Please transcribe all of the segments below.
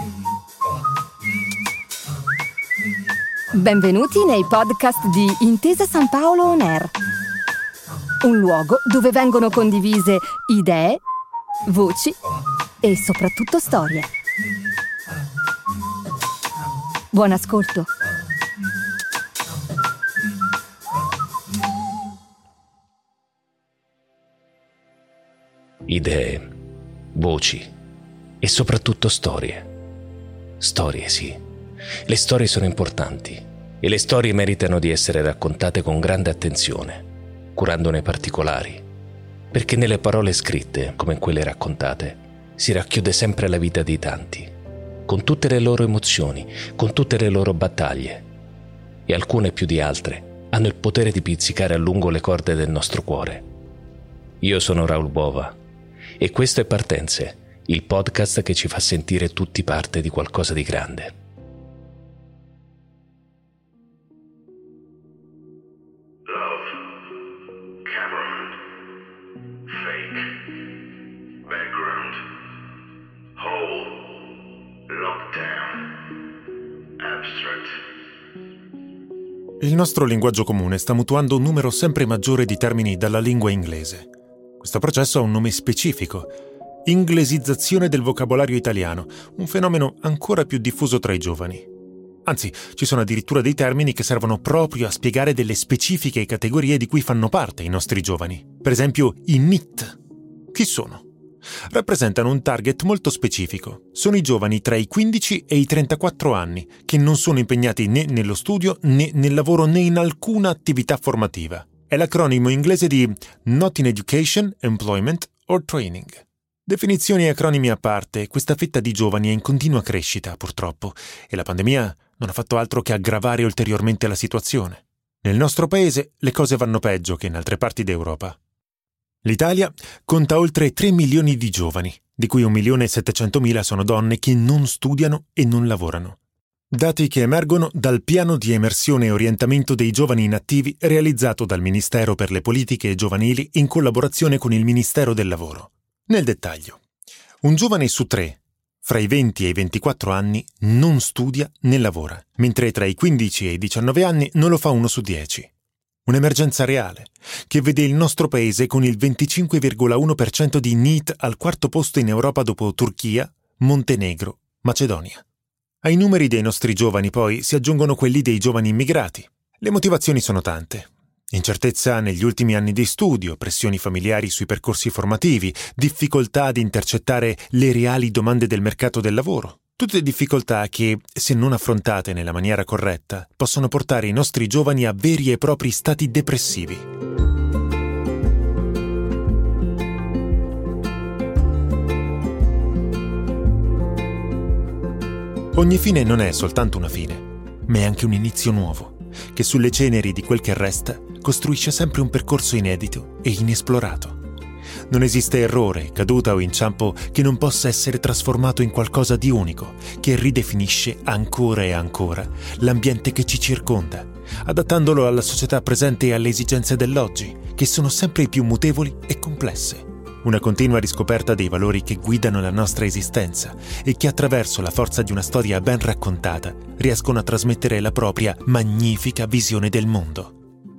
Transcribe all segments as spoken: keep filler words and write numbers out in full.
Benvenuti nei podcast di Intesa San Paolo On Air, un luogo dove vengono condivise idee, voci e soprattutto storie. Buon ascolto. Idee, voci e soprattutto storie. Storie, sì. Le storie sono importanti e le storie meritano di essere raccontate con grande attenzione, curandone i particolari, perché nelle parole scritte, come in quelle raccontate, si racchiude sempre la vita di tanti, con tutte le loro emozioni, con tutte le loro battaglie, e alcune più di altre hanno il potere di pizzicare a lungo le corde del nostro cuore. Io sono Raul Bova e questo è Partenze, il podcast che ci fa sentire tutti parte di qualcosa di grande. Il nostro linguaggio comune sta mutuando un numero sempre maggiore di termini dalla lingua inglese. Questo processo ha un nome specifico: inglesizzazione del vocabolario italiano, un fenomeno ancora più diffuso tra i giovani. Anzi, ci sono addirittura dei termini che servono proprio a spiegare delle specifiche categorie di cui fanno parte i nostri giovani. Per esempio, i N I T. Chi sono? Rappresentano un target molto specifico. Sono i giovani tra i quindici e i trentaquattro anni, che non sono impegnati né nello studio né nel lavoro né in alcuna attività formativa. È l'acronimo inglese di Not in Education, Employment or Training. Definizioni e acronimi a parte, questa fetta di giovani è in continua crescita, purtroppo, e la pandemia non ha fatto altro che aggravare ulteriormente la situazione. Nel nostro paese le cose vanno peggio che in altre parti d'Europa. L'Italia conta oltre tre milioni di giovani, di cui un milione e settecentomila sono donne che non studiano e non lavorano. Dati che emergono dal piano di emersione e orientamento dei giovani inattivi realizzato dal Ministero per le Politiche Giovanili in collaborazione con il Ministero del Lavoro. Nel dettaglio, un giovane su tre, fra i venti e i ventiquattro anni, non studia né lavora, mentre tra i quindici e i diciannove anni non lo fa uno su dieci. Un'emergenza reale, che vede il nostro paese con il venticinque virgola uno per cento di N I T al quarto posto in Europa dopo Turchia, Montenegro, Macedonia. Ai numeri dei nostri giovani poi si aggiungono quelli dei giovani immigrati. Le motivazioni sono tante. Incertezza negli ultimi anni di studio, pressioni familiari sui percorsi formativi, difficoltà ad intercettare le reali domande del mercato del lavoro. Tutte difficoltà che, se non affrontate nella maniera corretta, possono portare i nostri giovani a veri e propri stati depressivi. Ogni fine non è soltanto una fine, ma è anche un inizio nuovo, che sulle ceneri di quel che resta costruisce sempre un percorso inedito e inesplorato. Non esiste errore, caduta o inciampo che non possa essere trasformato in qualcosa di unico, che ridefinisce ancora e ancora l'ambiente che ci circonda, adattandolo alla società presente e alle esigenze dell'oggi, che sono sempre più mutevoli e complesse. Una continua riscoperta dei valori che guidano la nostra esistenza e che attraverso la forza di una storia ben raccontata riescono a trasmettere la propria magnifica visione del mondo.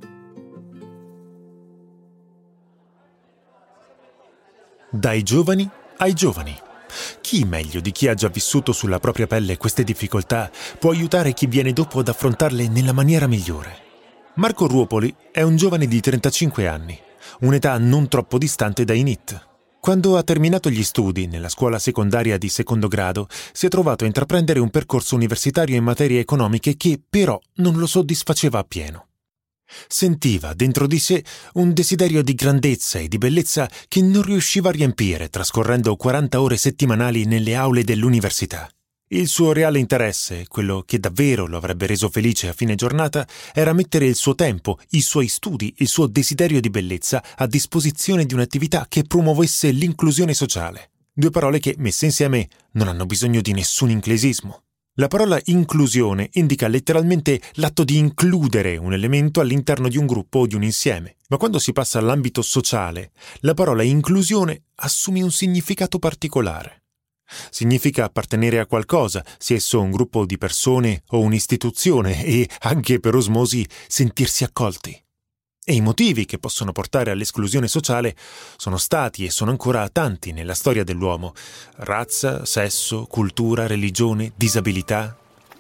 Dai giovani ai giovani. Chi meglio di chi ha già vissuto sulla propria pelle queste difficoltà può aiutare chi viene dopo ad affrontarle nella maniera migliore? Marco Ruopoli è un giovane di trentacinque anni, un'età non troppo distante dai N I T. Quando ha terminato gli studi nella scuola secondaria di secondo grado, si è trovato a intraprendere un percorso universitario in materie economiche che però non lo soddisfaceva appieno. Sentiva dentro di sé un desiderio di grandezza e di bellezza che non riusciva a riempire trascorrendo quaranta ore settimanali nelle aule dell'università. Il suo reale interesse, quello che davvero lo avrebbe reso felice a fine giornata, era mettere il suo tempo, i suoi studi, il suo desiderio di bellezza a disposizione di un'attività che promuovesse l'inclusione sociale. Due parole che, messe insieme, non hanno bisogno di nessun inglesismo. La parola inclusione indica letteralmente l'atto di includere un elemento all'interno di un gruppo o di un insieme, ma quando si passa all'ambito sociale, la parola inclusione assume un significato particolare. Significa appartenere a qualcosa, sia esso un gruppo di persone o un'istituzione, e anche per osmosi sentirsi accolti. E i motivi che possono portare all'esclusione sociale sono stati e sono ancora tanti nella storia dell'uomo: razza, sesso, cultura, religione, disabilità.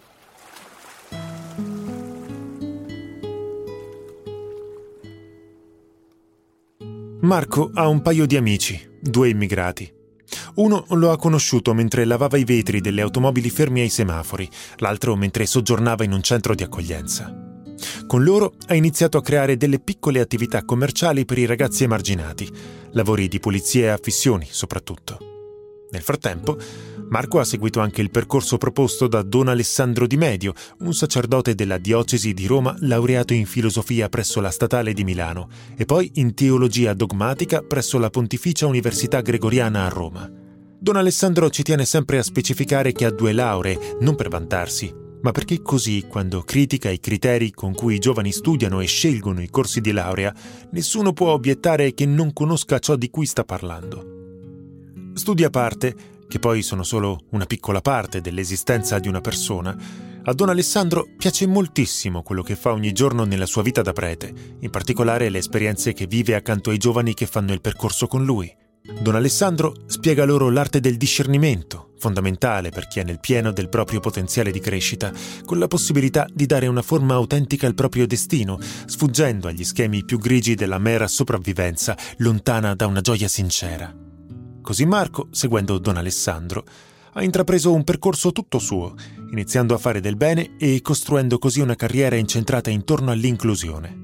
Marco ha un paio di amici, due immigrati. Uno lo ha conosciuto mentre lavava i vetri delle automobili fermi ai semafori, l'altro mentre soggiornava in un centro di accoglienza. Con loro ha iniziato a creare delle piccole attività commerciali per i ragazzi emarginati, lavori di pulizia e affissioni soprattutto. Nel frattempo, Marco ha seguito anche il percorso proposto da Don Alessandro Di Medio, un sacerdote della diocesi di Roma laureato in filosofia presso la Statale di Milano e poi in teologia dogmatica presso la Pontificia Università Gregoriana a Roma. Don Alessandro ci tiene sempre a specificare che ha due lauree, non per vantarsi, ma perché così, quando critica i criteri con cui i giovani studiano e scelgono i corsi di laurea, nessuno può obiettare che non conosca ciò di cui sta parlando. Studi a parte, che poi sono solo una piccola parte dell'esistenza di una persona, a Don Alessandro piace moltissimo quello che fa ogni giorno nella sua vita da prete, in particolare le esperienze che vive accanto ai giovani che fanno il percorso con lui. Don Alessandro spiega loro l'arte del discernimento, fondamentale per chi è nel pieno del proprio potenziale di crescita, con la possibilità di dare una forma autentica al proprio destino, sfuggendo agli schemi più grigi della mera sopravvivenza, lontana da una gioia sincera. Così Marco, seguendo Don Alessandro, ha intrapreso un percorso tutto suo, iniziando a fare del bene e costruendo così una carriera incentrata intorno all'inclusione.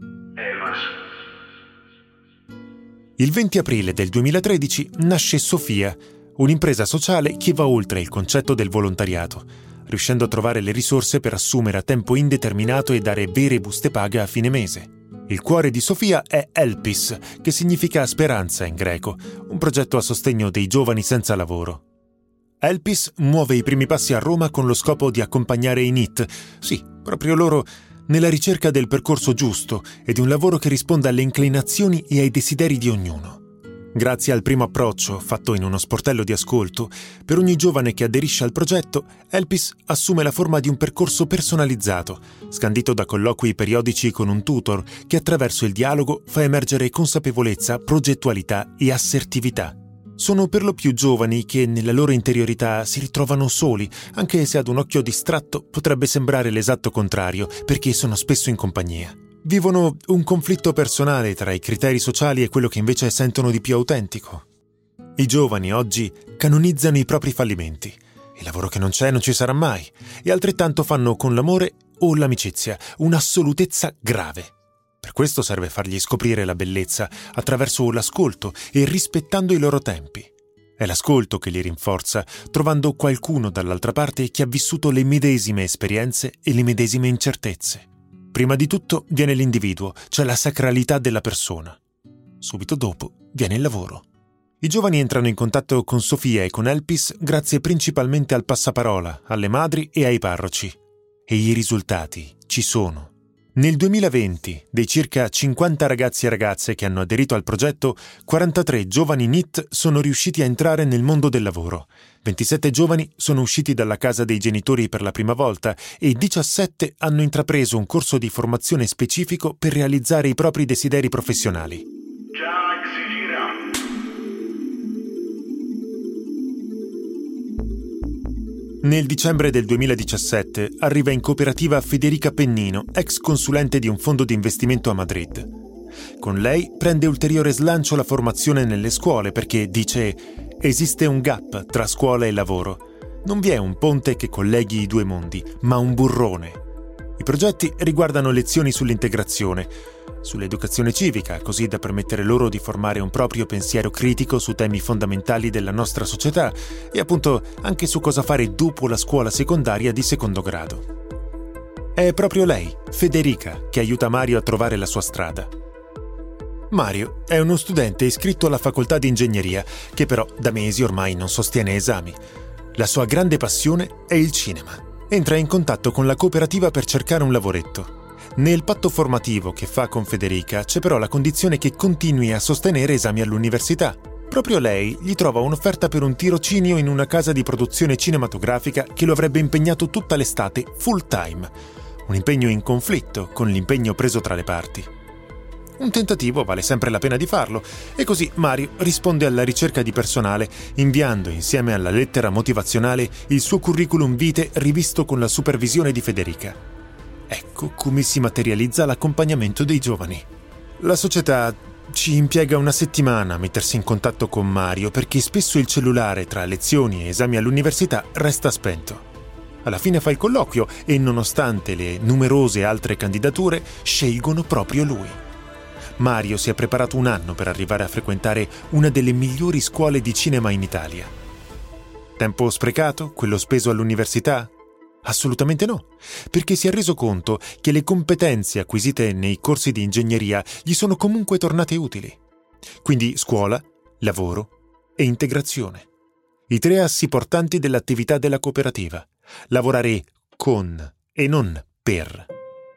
Il venti aprile del duemilatredici nasce Sofia, un'impresa sociale che va oltre il concetto del volontariato, riuscendo a trovare le risorse per assumere a tempo indeterminato e dare vere buste paga a fine mese. Il cuore di Sofia è Elpis, che significa speranza in greco, un progetto a sostegno dei giovani senza lavoro. Elpis muove i primi passi a Roma con lo scopo di accompagnare i N I T, sì, proprio loro, nella ricerca del percorso giusto e di un lavoro che risponda alle inclinazioni e ai desideri di ognuno. Grazie al primo approccio, fatto in uno sportello di ascolto, per ogni giovane che aderisce al progetto, Elpis assume la forma di un percorso personalizzato, scandito da colloqui periodici con un tutor che attraverso il dialogo fa emergere consapevolezza, progettualità e assertività. Sono per lo più giovani che nella loro interiorità si ritrovano soli, anche se ad un occhio distratto potrebbe sembrare l'esatto contrario, perché sono spesso in compagnia. Vivono un conflitto personale tra i criteri sociali e quello che invece sentono di più autentico. I giovani oggi canonizzano i propri fallimenti. Il lavoro che non c'è non ci sarà mai, e altrettanto fanno con l'amore o l'amicizia, un'assolutezza grave. Per questo serve fargli scoprire la bellezza attraverso l'ascolto e rispettando i loro tempi. È l'ascolto che li rinforza, trovando qualcuno dall'altra parte che ha vissuto le medesime esperienze e le medesime incertezze. Prima di tutto viene l'individuo, cioè la sacralità della persona. Subito dopo viene il lavoro. I giovani entrano in contatto con Sofia e con Elpis grazie principalmente al passaparola, alle madri e ai parroci. E i risultati ci sono. Nel duemilaventi, dei circa cinquanta ragazzi e ragazze che hanno aderito al progetto, quarantatré giovani N I T sono riusciti a entrare nel mondo del lavoro. ventisette giovani sono usciti dalla casa dei genitori per la prima volta e diciassette hanno intrapreso un corso di formazione specifico per realizzare i propri desideri professionali. Nel dicembre del duemiladiciassette arriva in cooperativa Federica Pennino, ex consulente di un fondo di investimento a Madrid. Con lei prende ulteriore slancio la formazione nelle scuole perché, dice, esiste un gap tra scuola e lavoro. Non vi è un ponte che colleghi i due mondi, ma un burrone. I progetti riguardano lezioni sull'integrazione, sull'educazione civica, così da permettere loro di formare un proprio pensiero critico su temi fondamentali della nostra società e appunto anche su cosa fare dopo la scuola secondaria di secondo grado. È proprio lei, Federica, che aiuta Mario a trovare la sua strada. Mario è uno studente iscritto alla facoltà di ingegneria, che però da mesi ormai non sostiene esami. La sua grande passione è il cinema. Entra in contatto con la cooperativa per cercare un lavoretto. Nel patto formativo che fa con Federica c'è però la condizione che continui a sostenere esami all'università. Proprio lei gli trova un'offerta per un tirocinio in una casa di produzione cinematografica che lo avrebbe impegnato tutta l'estate full time, un impegno in conflitto con l'impegno preso tra le parti. Un tentativo vale sempre la pena di farlo, e così Mario risponde alla ricerca di personale, inviando insieme alla lettera motivazionale il suo curriculum vitae rivisto con la supervisione di Federica. Ecco come si materializza l'accompagnamento dei giovani. La società ci impiega una settimana a mettersi in contatto con Mario perché spesso il cellulare tra lezioni e esami all'università resta spento. Alla fine fa il colloquio e, nonostante le numerose altre candidature, scelgono proprio lui. Mario si è preparato un anno per arrivare a frequentare una delle migliori scuole di cinema in Italia. Tempo sprecato, quello speso all'università? Assolutamente no, perché si è reso conto che le competenze acquisite nei corsi di ingegneria gli sono comunque tornate utili. Quindi scuola, lavoro e integrazione. I tre assi portanti dell'attività della cooperativa. Lavorare con e non per.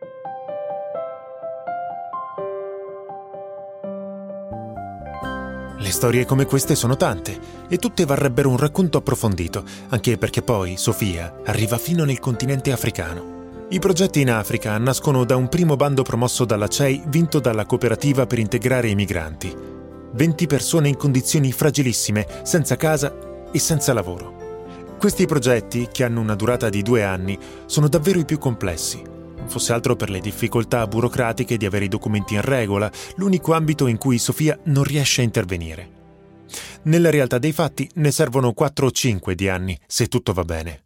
Le storie come queste sono tante e tutte varrebbero un racconto approfondito, anche perché poi Sofia arriva fino nel continente africano. I progetti in Africa nascono da un primo bando promosso dalla C E I vinto dalla cooperativa per integrare i migranti. venti persone in condizioni fragilissime, senza casa e senza lavoro. Questi progetti, che hanno una durata di due anni, sono davvero i più complessi. Non fosse altro per le difficoltà burocratiche di avere i documenti in regola, l'unico ambito in cui Sofia non riesce a intervenire. Nella realtà dei fatti ne servono quattro o cinque di anni, se tutto va bene.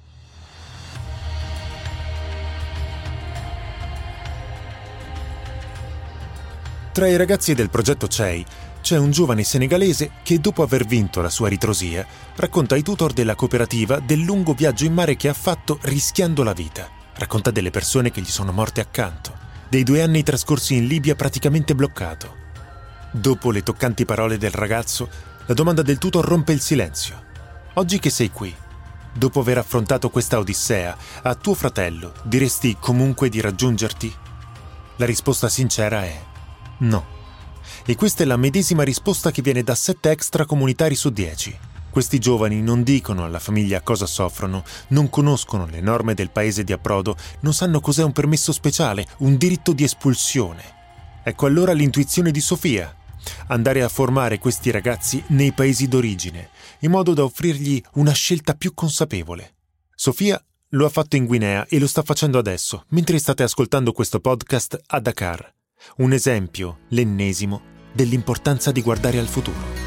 Tra i ragazzi del progetto C E I c'è un giovane senegalese che, dopo aver vinto la sua ritrosia, racconta ai tutor della cooperativa del lungo viaggio in mare che ha fatto rischiando la vita. Racconta delle persone che gli sono morte accanto, dei due anni trascorsi in Libia praticamente bloccato. Dopo le toccanti parole del ragazzo, la domanda del tutor rompe il silenzio. Oggi che sei qui, dopo aver affrontato questa odissea, a tuo fratello diresti comunque di raggiungerti? La risposta sincera è no. E questa è la medesima risposta che viene da sette extracomunitari su dieci. Questi giovani non dicono alla famiglia cosa soffrono, non conoscono le norme del paese di approdo, non sanno cos'è un permesso speciale, un diritto di espulsione. Ecco allora l'intuizione di Sofia: andare a formare questi ragazzi nei paesi d'origine, in modo da offrirgli una scelta più consapevole. Sofia lo ha fatto in Guinea e lo sta facendo adesso, mentre state ascoltando questo podcast a Dakar. Un esempio, l'ennesimo, dell'importanza di guardare al futuro.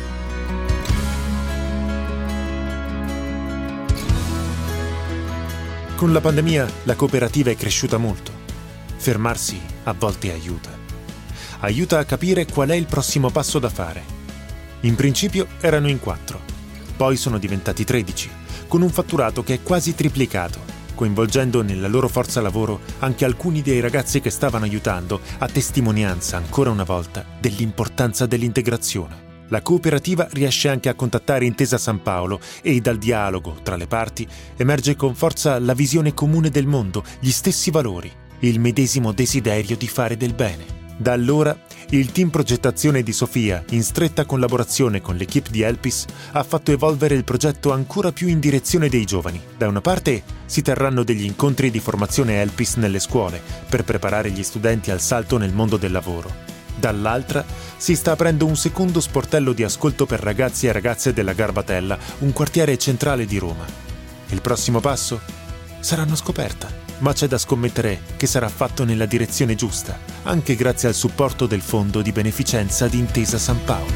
Con la pandemia la cooperativa è cresciuta molto. Fermarsi a volte aiuta. Aiuta a capire qual è il prossimo passo da fare. In principio erano in quattro, poi sono diventati tredici, con un fatturato che è quasi triplicato, coinvolgendo nella loro forza lavoro anche alcuni dei ragazzi che stavano aiutando, a testimonianza ancora una volta dell'importanza dell'integrazione. La cooperativa riesce anche a contattare Intesa San Paolo e dal dialogo tra le parti emerge con forza la visione comune del mondo, gli stessi valori, il medesimo desiderio di fare del bene. Da allora il team progettazione di Sofia, in stretta collaborazione con l'equipe di Elpis, ha fatto evolvere il progetto ancora più in direzione dei giovani. Da una parte si terranno degli incontri di formazione Elpis nelle scuole per preparare gli studenti al salto nel mondo del lavoro. Dall'altra si sta aprendo un secondo sportello di ascolto per ragazzi e ragazze della Garbatella, un quartiere centrale di Roma. Il prossimo passo? Sarà una scoperta, ma c'è da scommettere che sarà fatto nella direzione giusta, anche grazie al supporto del Fondo di Beneficenza di Intesa San Paolo.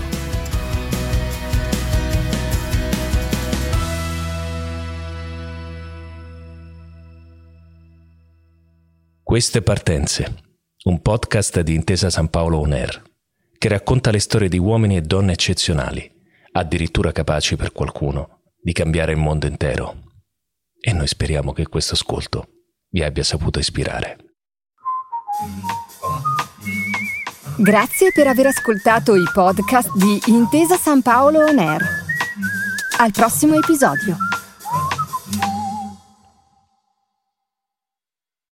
Queste partenze. Un podcast di Intesa San Paolo On Air, che racconta le storie di uomini e donne eccezionali, addirittura capaci per qualcuno di cambiare il mondo intero. E noi speriamo che questo ascolto vi abbia saputo ispirare. Grazie per aver ascoltato i podcast di Intesa San Paolo On Air. Al prossimo episodio.